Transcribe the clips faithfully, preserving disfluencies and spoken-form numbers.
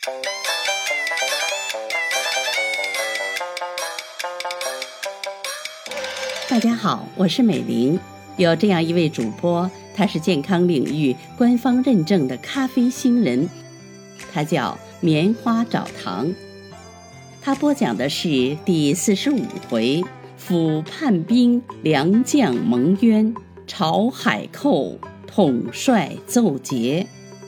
大家好，我是美玲。有这样一位主播，他是健康领域官方认证的咖啡星人，他叫棉花找糖。他播讲的是第四十五回，抚叛兵，良将蒙冤，朝海寇，统帅奏捷。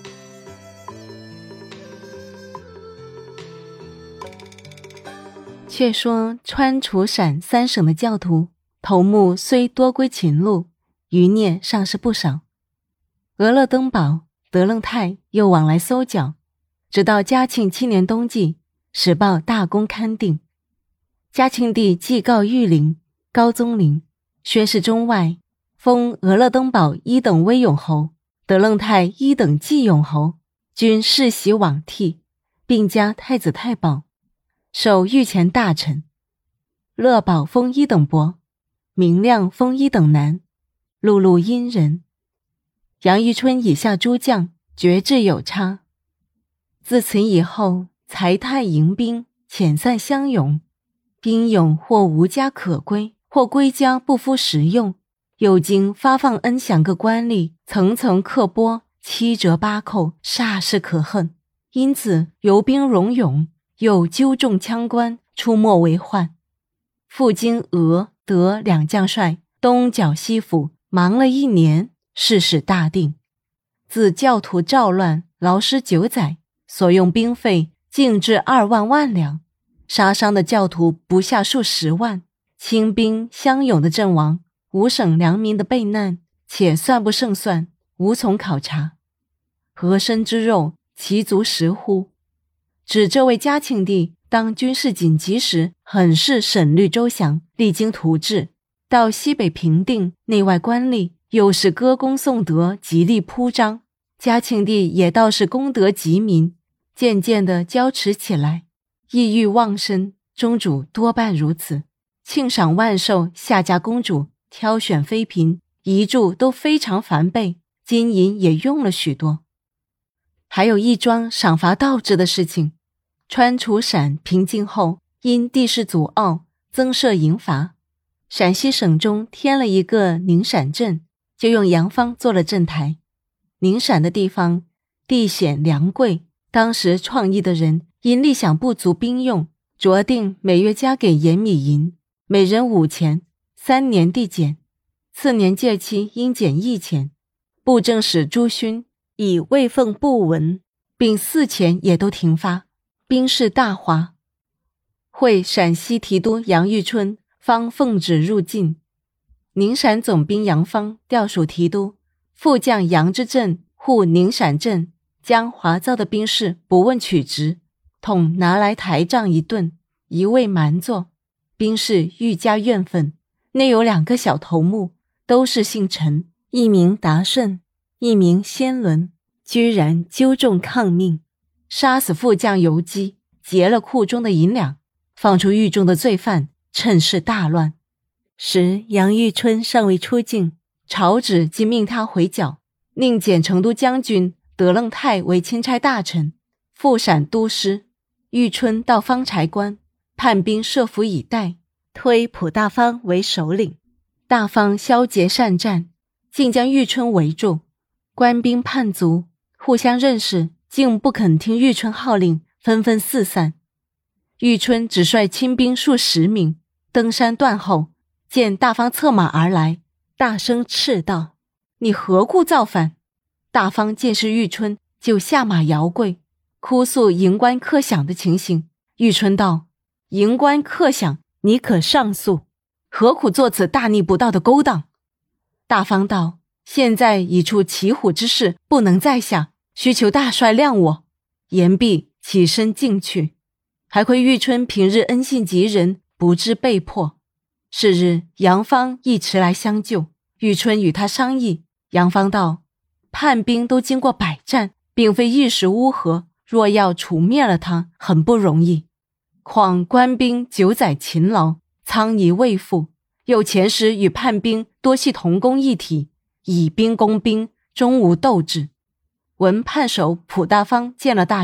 却说川楚陕三省的教徒头目虽多归秦路，余孽尚是不少。俄勒登堡、德楞泰又往来搜剿，直到嘉庆七年冬季，时报大功勘定。嘉庆帝祭告御林、高宗陵，宣示中外，封俄勒登堡一等威勇侯，德楞泰一等济勇侯，均世袭罔替，并加太子太保，授御前大臣。乐宝封一等伯，明亮封一等男，碌碌阴人。杨玉春以下诸将决志有差。自此以后，财泰迎兵，遣散乡勇，兵勇或无家可归，或归家不敷食用，又经发放恩饷各官吏，层层刻剥，七折八扣，煞是可恨。因此由兵戎勇，又纠众羌官，出没为患。赴京俄德两将帅东剿西抚，忙了一年，事事大定。自教徒赵乱，劳师九载，所用兵费竟至二万万两，杀伤的教徒不下数十万，清兵乡勇的阵亡，五省良民的备难，且算不胜算，无从考察。和身之肉，其足食乎？指这位嘉庆帝当军事紧急时，很是审虑周详，励精图治，到西北平定，内外官吏又是歌功颂德，极力铺张。嘉庆帝也倒是功德极民，渐渐地骄持起来，意欲忘身，宗主多半如此。庆赏万寿，下嫁公主，挑选妃嫔，遗嘱都非常繁备，金银也用了许多。还有一桩赏罚倒置的事情，川楚陕平静后，因地势阻傲，增设营罚。陕西省中添了一个宁陕镇，就用洋方做了镇台。宁陕的地方地险粮贵，当时创意的人因力想不足兵用，酌定每月加给盐米银，每人五钱，三年递减，次年届期应减一钱。布政使朱勋以未奉不闻，并四钱也都停发，兵势大滑。会陕西提督杨玉春方奉旨入晋，宁陕总兵杨方调属提督，副将杨之镇护宁陕镇，将华造的兵士不问取职，统拿来台帐一顿，一味蛮做，兵士愈加怨愤。内有两个小头目，都是姓陈，一名达顺，一名先伦，居然纠众抗命，杀死副将游击，劫了库中的银两，放出狱中的罪犯，趁势大乱。时杨玉春尚未出境，朝旨即命他回剿，宁检成都将军德楞泰为钦差大臣，副陕都师。玉春到方柴关，叛兵设伏以待，推蒲大方为首领。大方骁捷善战，竟将玉春围住。官兵叛卒互相认识，竟不肯听玉春号令，纷纷四散。玉春只率亲兵数十名登山断后，见大方策马而来，大声斥道：你何故造反？大方见是玉春，就下马摇跪，哭诉营官克饷的情形。玉春道：营官克饷，你可上诉，何苦做此大逆不道的勾当？大方道：现在已出骑虎之事，不能在下，需求大帅谅我。言毕，起身进去。还亏玉春平日恩信及人，不致被迫。是日，杨方亦迟来相救，玉春与他商议。杨方道：叛兵都经过百战，并非一时乌合，若要除灭了他，很不容易。况官兵久载勤劳，苍夷未复，又前时与叛兵多系同工一体，以兵攻兵，终无斗志。闻叛首蒲大方见了大帅，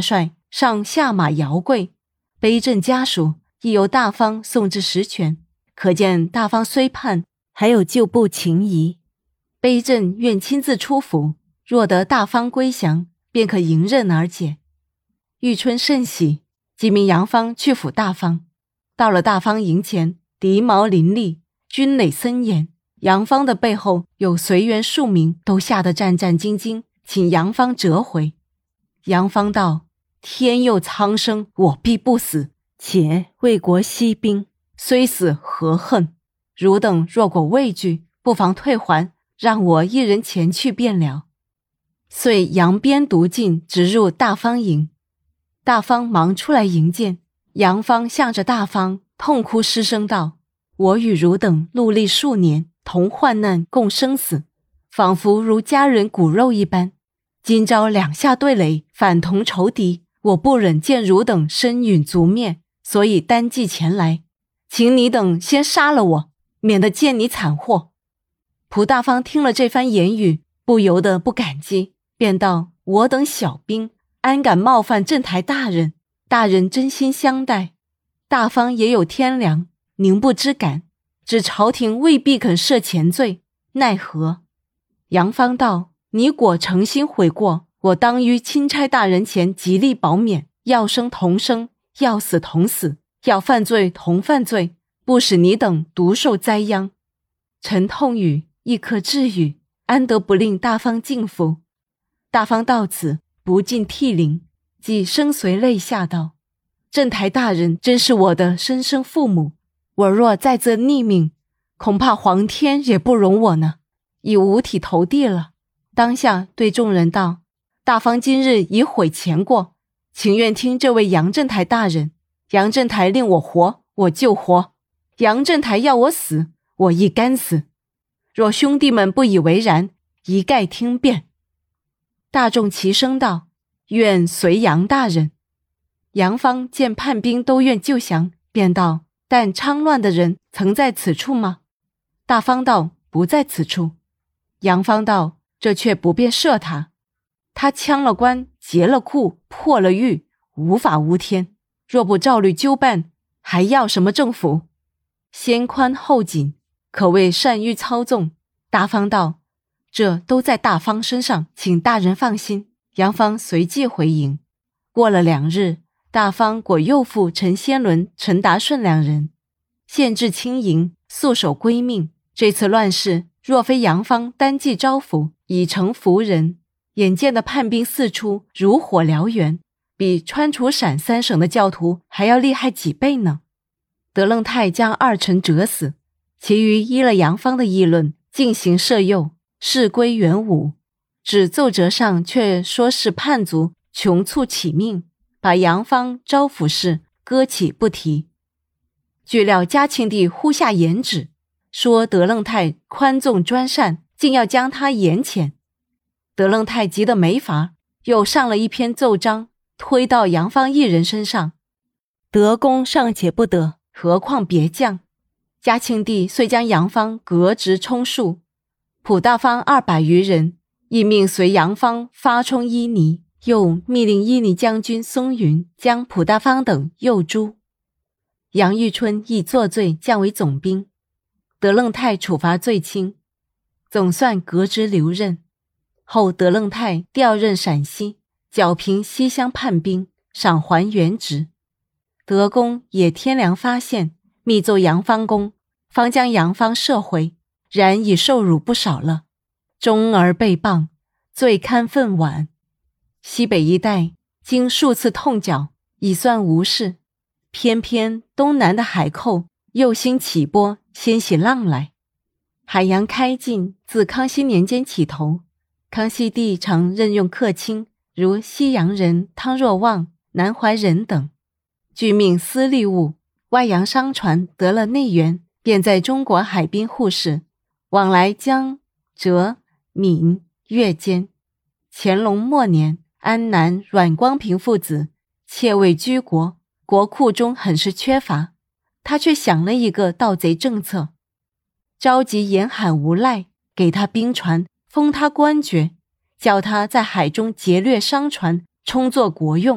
上下马摇跪，碑镇家属亦由大方送至石泉，可见大方虽叛，还有旧部情谊。碑镇愿亲自出府，若得大方归降，便可迎刃而解。玉春甚喜，即命杨芳去抚大方。到了大方营前，敌矛林立，军垒森严，杨芳的背后有随员数名，都吓得战战兢兢，请杨芳折回。杨芳道：天佑苍生，我必不死，且为国息兵，虽死何恨？汝等若果畏惧，不妨退还，让我一人前去便了。遂扬鞭独进，直入大方营。大方忙出来迎见，杨芳向着大方痛哭失声道：我与汝等戮力数年，同患难共生死，仿佛如家人骨肉一般，今朝两下对垒，反同仇敌，我不忍见汝等身陨族灭，所以单骑前来，请你等先杀了我，免得见你惨祸。蒲大方听了这番言语，不由得不感激，便道：我等小兵安敢冒犯镇台大人，大人真心相待，大方也有天良，宁不知感，只朝廷未必肯赦前罪，奈何？杨芳道：你果诚心悔过，我当于钦差大人前极力保免，要生同生，要死同死，要犯罪同犯罪，不使你等独受灾殃。臣痛语，亦可治愈，安得不令大方敬服？大方到此不禁涕零，即声随泪下道：镇台大人真是我的生身父母，我若再则逆命，恐怕皇天也不容我呢，已五体投地了。当下对众人道：大方今日已悔前过，情愿听这位杨镇台大人，杨镇台令我活，我就活；杨镇台要我死，我亦甘死。若兄弟们不以为然，一概听辩。大众齐声道：愿随杨大人。杨芳见叛兵都愿救降，便道：但昌乱的人曾在此处吗？大方道：不在此处。杨芳道：这却不便赦他，他枪了官，劫了库，破了狱，无法无天，若不照律纠办，还要什么政府？先宽后紧，可谓善于操纵。大方道：这都在大方身上，请大人放心。杨芳随即回营。过了两日，大方果又赴陈先伦、陈达顺两人，县治清营，素守归命。这次乱世，若非杨芳单骑招抚，已成服人。眼见的叛兵四出，如火燎原，比川楚陕三省的教徒还要厉害几倍呢。德楞泰将二臣折死，其余依了杨芳的议论，进行赦宥，事归原武。只奏折上却说是叛族穷促起命，把杨芳招抚事搁起不提。据料嘉庆帝忽下严旨，说德楞泰宽纵专擅，竟要将他严谴。德楞泰急得没法，又上了一篇奏章，推到杨芳一人身上。德公尚且不得，何况别将？嘉庆帝遂将杨芳革职充数，普大方二百余人，亦命随杨芳发充伊尼，又密令伊尼将军松云将普大方等诱诛。杨玉春亦作罪降为总兵，德楞泰处罚最轻，总算革职留任。后德楞泰调任陕西，剿平西乡叛兵，赏还原职。德公也天良发现，密奏杨芳公，方将杨芳赦回，然已受辱不少了，终而被谤，罪堪愤惋。西北一带经数次痛剿，已算无事，偏偏东南的海寇又兴起波，掀起浪来。海洋开禁自康熙年间起头，康熙帝常任用客卿，如西洋人汤若望、南怀仁等，据命私利物，外洋商船得了内援，便在中国海滨护市，往来江、浙、闽、粤间。乾隆末年，安南阮光平父子窃位居国，国库中很是缺乏，他却想了一个盗贼政策，召集严罕无赖，给他兵船，封他官爵，叫他在海中劫掠商船，充作国用，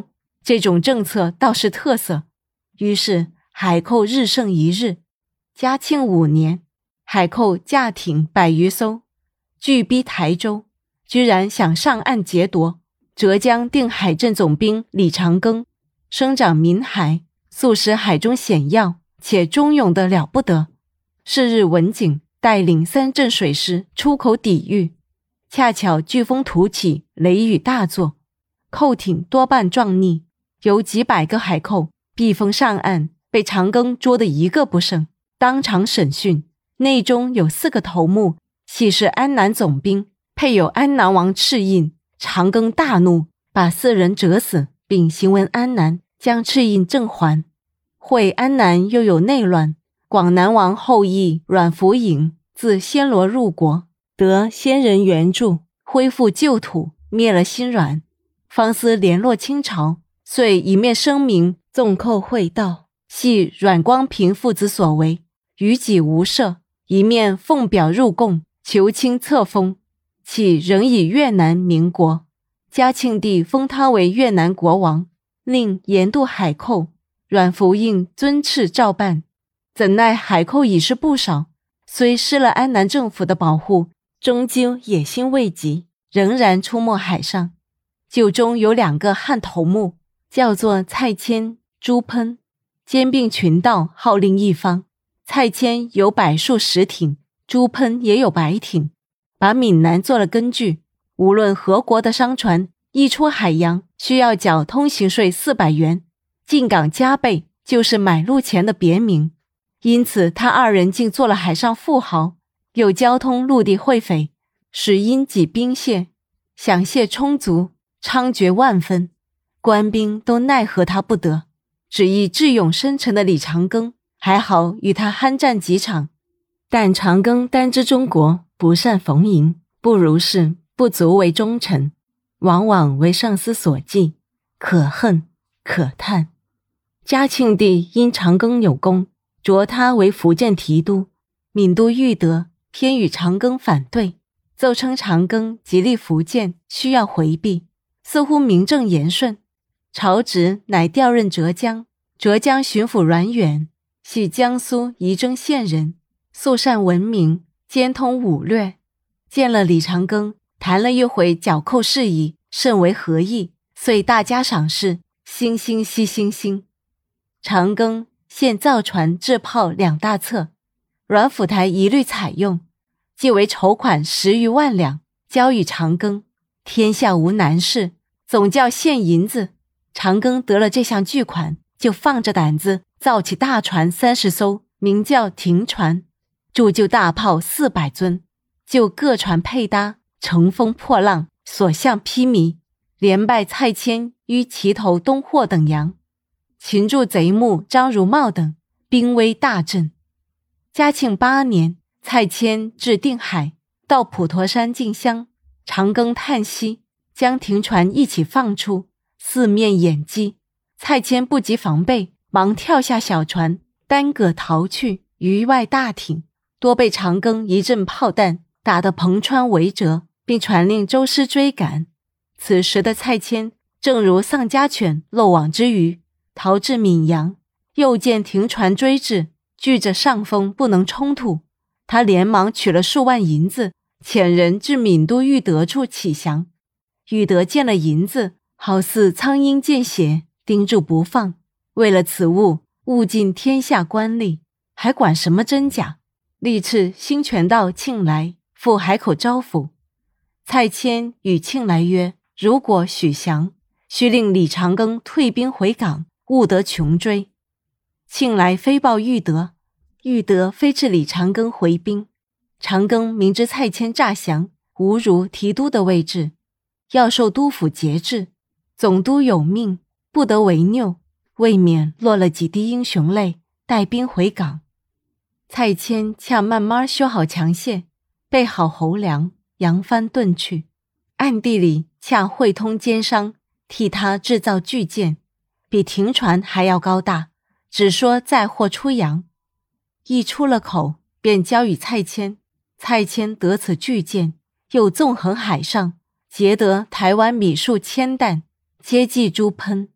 这种政策倒是特色。于是海寇日盛一日。嘉庆五年，海寇驾艇百余艘，拒逼台州，居然想上岸劫夺。浙江定海镇总兵李长庚生长闽海，素识海中险要，且忠勇得了不得。是日文景带领三镇水师出口抵御，恰巧飓风突起，雷雨大作，寇艇多半撞溺，有几百个海寇避风上岸，被长庚捉得一个不剩，当场审讯，内中有四个头目系是安南总兵，配有安南王敕印。长庚大怒，把四人折死，并行文安南，将敕印正还。会安南又有内乱，广南王后裔阮福颖自暹罗入国，得先人援助，恢复旧土，灭了新阮。方思联络清朝，遂一面声明纵寇会道，系阮光平父子所为，于己无赦；一面奉表入贡，求清册封，岂仍以越南名国。嘉庆帝封他为越南国王，令严渡海寇，阮福映遵敕照办。怎奈海寇已是不少，虽失了安南政府的保护，终究野心未及，仍然出没海上。就中有两个汉头目，叫做蔡谦、朱喷，兼并群盗，号令一方。蔡谦有百数十艇，朱喷也有百艇，把闽南做了根据。无论何国的商船一出海洋，需要缴通行税四百元，进港加倍，就是买路钱的别名。因此他二人竟做了海上富豪，又交通陆地会匪，使因给兵械，饷械充足，猖獗万分，官兵都奈何他不得。只意智勇深沉的李长庚还好与他酣战几场，但长庚单知中国，不善逢迎，不如是，不足为忠臣，往往为上司所忌，可恨可叹。嘉庆帝因长庚有功，擢他为福建提督，闽都裕德偏与长庚反对，奏称长庚极力福建，需要回避，似乎名正言顺。朝职乃调任浙江，浙江巡抚阮远系江苏仪征县人，素善文明，兼通武略。见了李长庚，谈了一回剿寇事宜，甚为合意，遂大加赏识，星星惜星星。长庚现造船制炮两大册，阮府台一律采用，即为筹款十余万两，交与长庚。天下无难事，总叫献银子。长庚得了这项巨款，就放着胆子造起大船三十艘，名叫停船，铸就大炮四百尊，就各船配搭，乘风破浪，所向披靡，连败蔡谦于齐头、东霍等洋，擒住贼目张如茂等，兵威大振。嘉庆八年，蔡谦至定海，到普陀山进香，长庚叹息，将停船一起放出，四面掩击。蔡谦不及防备，忙跳下小船，单戈逃去，于外大艇多被长庚一阵炮弹打得篷穿围折，并传令周师追赶。此时的蔡谦正如丧家犬漏网之鱼，逃至闽阳，又见停船追至，据着上风不能冲突，他连忙取了数万银子，遣人至闽都裕德处乞降。裕德见了银子，好似苍鹰见血，盯住不放。为了此物，物尽天下官吏，还管什么真假？立敕兴全道庆来赴海口招抚。蔡谦与庆来曰：如果许降，须令李长庚退兵回港，勿得穷追。庆来飞报裕德，裕德飞至李长庚回兵。长庚明知蔡谦诈降，无如提督的位置，要受督府节制，总督有命，不得违拗，未免落了几滴英雄泪，带兵回港。蔡谦恰慢慢修好墙械，备好侯粮，扬帆遁去。暗地里恰会通奸商，替他制造巨舰，比停船还要高大，只说载货出洋。一出了口，便交与蔡谦。蔡谦得此巨舰，又纵横海上，劫得台湾米数千担，接济朱喷。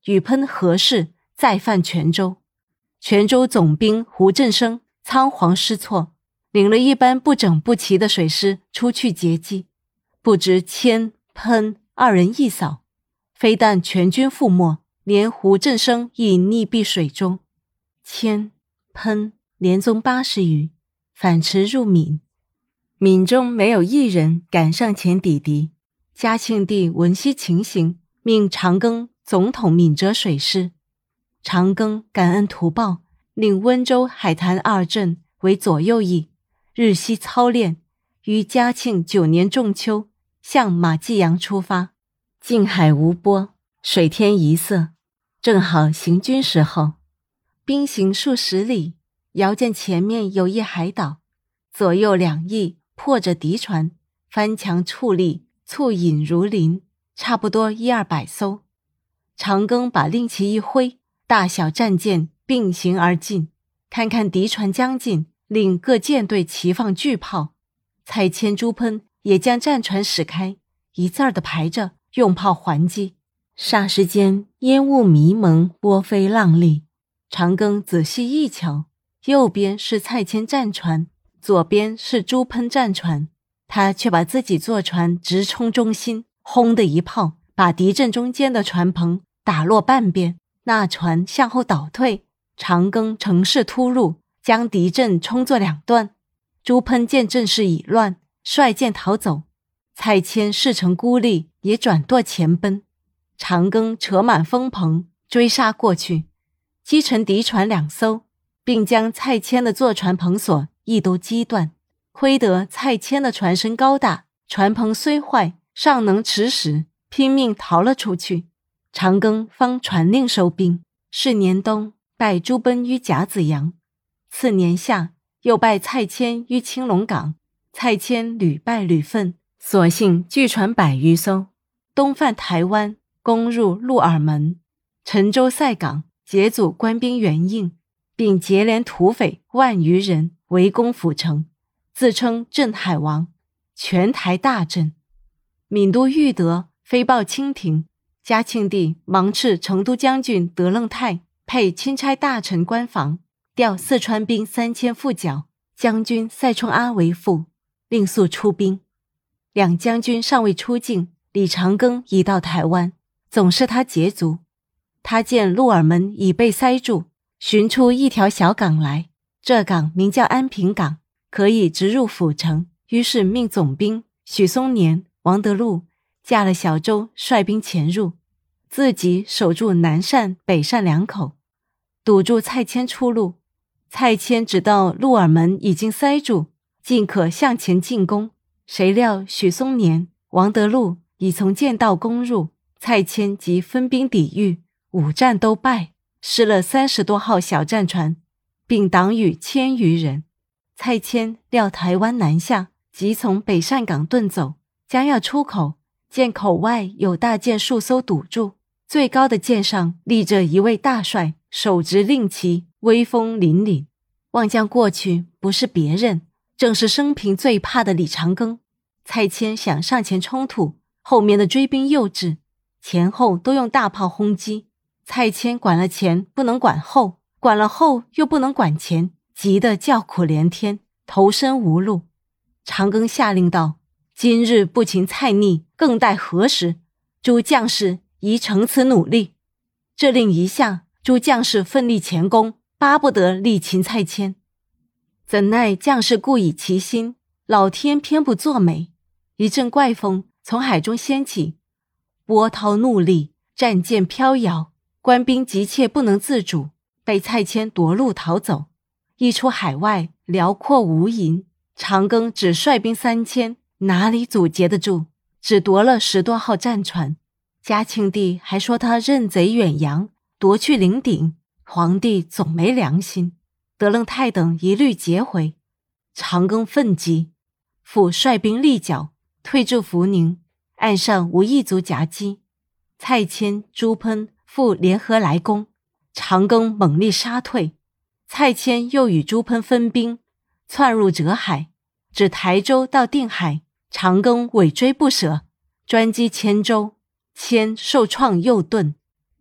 雨喷何氏，再犯泉州。泉州总兵胡振生仓皇失措，领了一班不整不齐的水师出去截击，不知谦、喷二人一扫，非但全军覆没，连胡振生亦溺毙水中。谦、喷连踪八十余，反驰入闽。闽中没有一人敢上前抵敌。嘉庆帝闻悉情形，命长庚总统闽浙水师。长庚感恩图报，令温州、海坛二镇为左右翼，日夕操练，于嘉庆九年仲秋向马济阳出发。近海无波，水天一色，正好行军时候。兵行数十里，遥见前面有一海岛，左右两翼破着敌船，翻墙矗立，簇引如林，差不多一二百艘。长庚把令旗一挥，大小战舰并行而进。看看敌船将近，令各舰队齐放巨炮。蔡牵、朱喷也将战船驶开，一字儿地排着，用炮还击。霎时间，烟雾迷蒙，波飞浪立。长庚仔细一瞧，右边是蔡牵战船，左边是朱喷战船，他却把自己坐船直冲中心，轰的一炮把敌阵中间的船棚打落半边，那船向后倒退。长庚乘势突入，将敌阵冲作两段。朱喷见阵势已乱，率舰逃走。蔡牵势成孤立，也转舵前奔。长庚扯满风棚，追杀过去，击沉敌船两艘，并将蔡牵的坐船篷索亦都击断。亏得蔡牵的船身高大，船篷虽坏，尚能持使，拼命逃了出去。长庚方传令收兵。是年冬，拜朱奔于甲子阳。次年夏，又拜蔡牵于青龙港。蔡牵屡败屡奋，所幸巨船百余艘，东犯台湾，攻入鹿耳门、陈州塞港，截阻官兵援应，并结连土匪万余人围攻府城，自称镇海王，全台大震。闽都裕德飞报清廷，嘉庆帝忙斥成都将军德楞泰配钦差大臣官防，调四川兵三千副剿，将军塞冲阿为副，令速出兵。两将军尚未出境，李长庚已到台湾，总是他捷足。他见鹿耳门已被塞住，寻出一条小港来，这港名叫安平港，可以直入府城，于是命总兵许松年、王德禄驾了小舟，率兵潜入，自己守住南扇、北扇两口，堵住蔡牵出路。蔡牵只道鹿耳门已经塞住，尽可向前进攻，谁料许松年、王德禄已从剑道攻入，蔡牵即分兵抵御，五战都败，失了三十多号小战船，并党羽千余人。蔡牵料台湾南下，即从北扇港遁走，将要出口，见口外有大舰数艘堵住，最高的舰上立着一位大帅，手执令旗，威风凛凛。望将过去，不是别人，正是生平最怕的李长庚。蔡牵想上前冲突，后面的追兵诱制，前后都用大炮轰击。蔡牵管了前，不能管后，管了后又不能管前，急得叫苦连天，投身无路。长庚下令道：今日不擒蔡逆，更待何时？诸将士宜乘此努力。这令一下，诸将士奋力前攻，巴不得力擒蔡牵。怎奈将士固以其心，老天偏不作美，一阵怪风从海中掀起，波涛怒立，战舰飘摇，官兵急切不能自主，被蔡牵夺路逃走。一出海外，辽阔无垠，长庚只率兵三千，哪里阻截得住？只夺了十多号战船。嘉庆帝还说他认贼远洋，夺去陵鼎，皇帝总没良心。德楞泰等一律截回。长庚愤激，复率兵力剿，退驻福宁，岸上无一卒夹击。蔡牵、朱喷复联合来攻，长庚猛力杀退。蔡牵又与朱喷分兵，窜入浙海，至台州到定海，长庚尾追不舍，专击千州。牵受创又遁，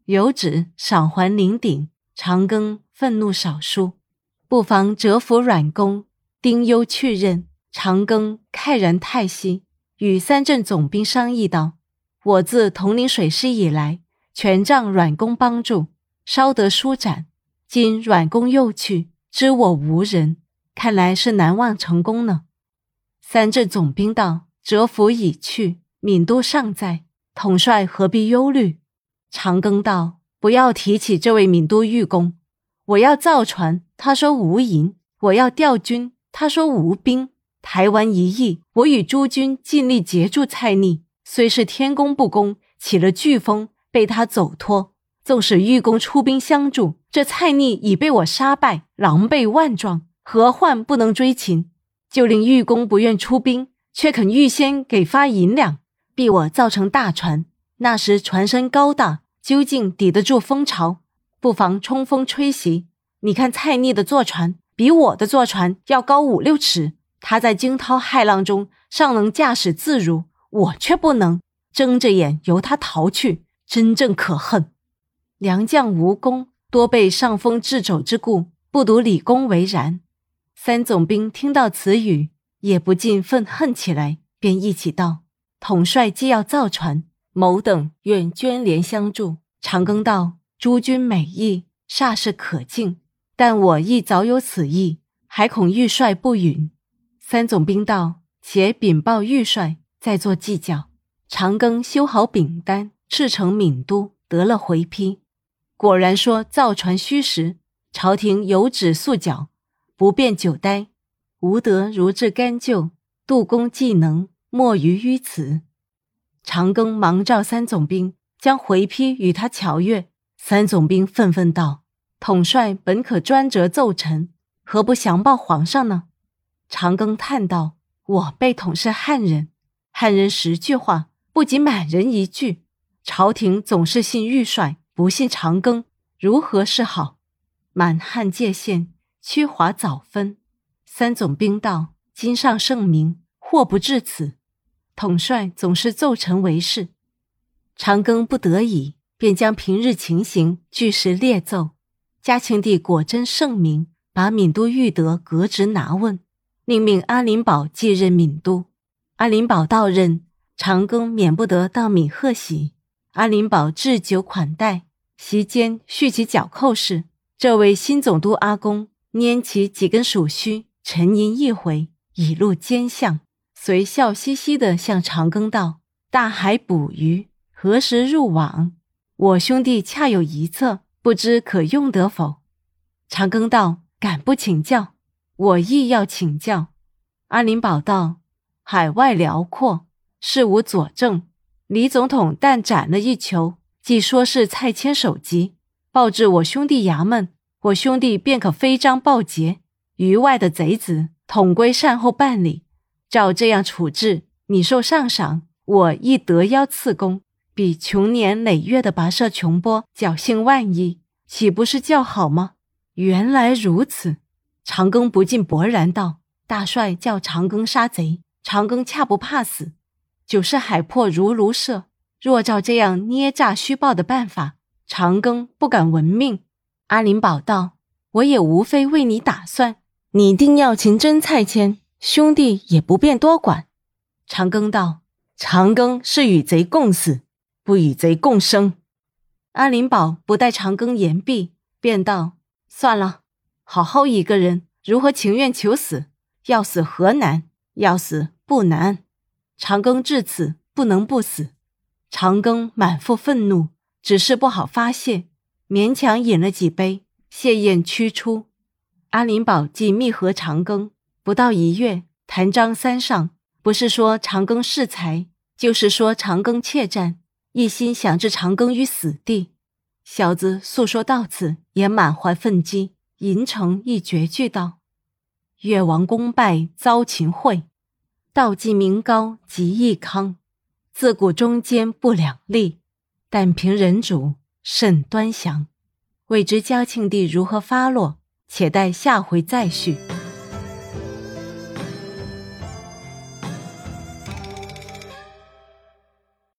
有旨赏还陵鼎，长庚愤怒少书，不妨折服阮公，丁忧去任。长庚慨然叹息，与三镇总兵商议道：我自统领水师以来，全仗阮公帮助，稍得舒展。今阮公又去，知我无人，看来是难望成功呢。三镇总兵道：折服已去，闽都尚在，统帅何必忧虑？长庚道：不要提起这位闽都御公，我要造船，他说无银；我要调军，他说无兵。台湾一役，我与诸军尽力截住蔡逆，虽是天公不公，起了飓风，被他走脱。纵使御公出兵相助，这蔡逆已被我杀败，狼狈万状，何患不能追擒？就令御公不愿出兵，却肯预先给发银两，逼我造成大船。那时船身高大，究竟抵得住风潮，不妨冲锋吹袭。你看蔡逆的坐船比我的坐船要高五六尺，他在惊涛骇浪中尚能驾驶自如，我却不能，睁着眼由他逃去，真正可恨。良将无功，多被上风掣肘之故，不独李公为然。三总兵听到此语，也不禁愤恨起来，便一起道：统帅既要造船，某等愿捐连相助。长庚道：诸君美意，煞是可敬，但我亦早有此意，还恐御帅不允。三总兵道：且禀报御帅，再做计较。长庚修好饼单，赤诚闽都，得了回批。果然说造船虚实，朝廷有旨速剿，不便久待，吾得如至甘就，杜公技能，莫于于此。长庚忙召三总兵，将回批与他瞧阅。三总兵愤愤道：统帅本可专责奏臣，何不详报皇上呢？长庚叹道：我辈统是汉人，汉人十句话，不及满人一句，朝廷总是信御帅，不信长庚，如何是好？满汉界限，屈华早分。三总兵道：今上圣明，祸不至此，统帅总是奏臣为是。长庚不得已，便将平日情形据实列奏。嘉庆帝果真圣明，把闽都御德革职拿问，另命阿林堡继任闽都。阿林堡到任，长庚免不得到闽贺喜。阿林堡置酒款待，席间叙起剿寇事。这位新总督阿公拈起几根黍须，沉吟一回，已露奸相，遂笑嘻嘻地向长庚道：大海捕鱼，何时入网？我兄弟恰有一策，不知可用得否？长庚道：敢不请教？我亦要请教。阿林堡道：海外辽阔，事无佐证。李总统但斩了一囚，既说是蔡牵首级，报至我兄弟衙门，我兄弟便可飞章报捷。余外的贼子，统归善后办理。照这样处置，你受上赏，我亦得邀赐功，比穷年累月的跋涉穷波，侥幸万一，岂不是较好吗？原来如此。长庚不禁勃然道：大帅叫长庚杀贼，长庚恰不怕死，就是海破如卢舍，若照这样捏诈虚报的办法，长庚不敢闻命。阿林堡道：我也无非为你打算，你定要擒真蔡牵，兄弟也不便多管。长庚道：长庚是与贼共死，不与贼共生。阿林堡不待长庚言毕，便道：算了，好好一个人，如何情愿求死？要死何难？要死不难。长庚至此不能不死。长庚满腹愤怒，只是不好发泄，勉强饮了几杯，泻焰驱出。阿林堡即密和长庚，不到一月，弹章三上，不是说长庚恃才，就是说长庚怯战，一心想置长庚于死地。小子诉说到此，也满怀愤激，吟成一绝句道：越王功败遭秦桧，道济民高极益康。自古中间不两立，但凭人主甚端详。未知嘉庆帝如何发落，且待下回再续。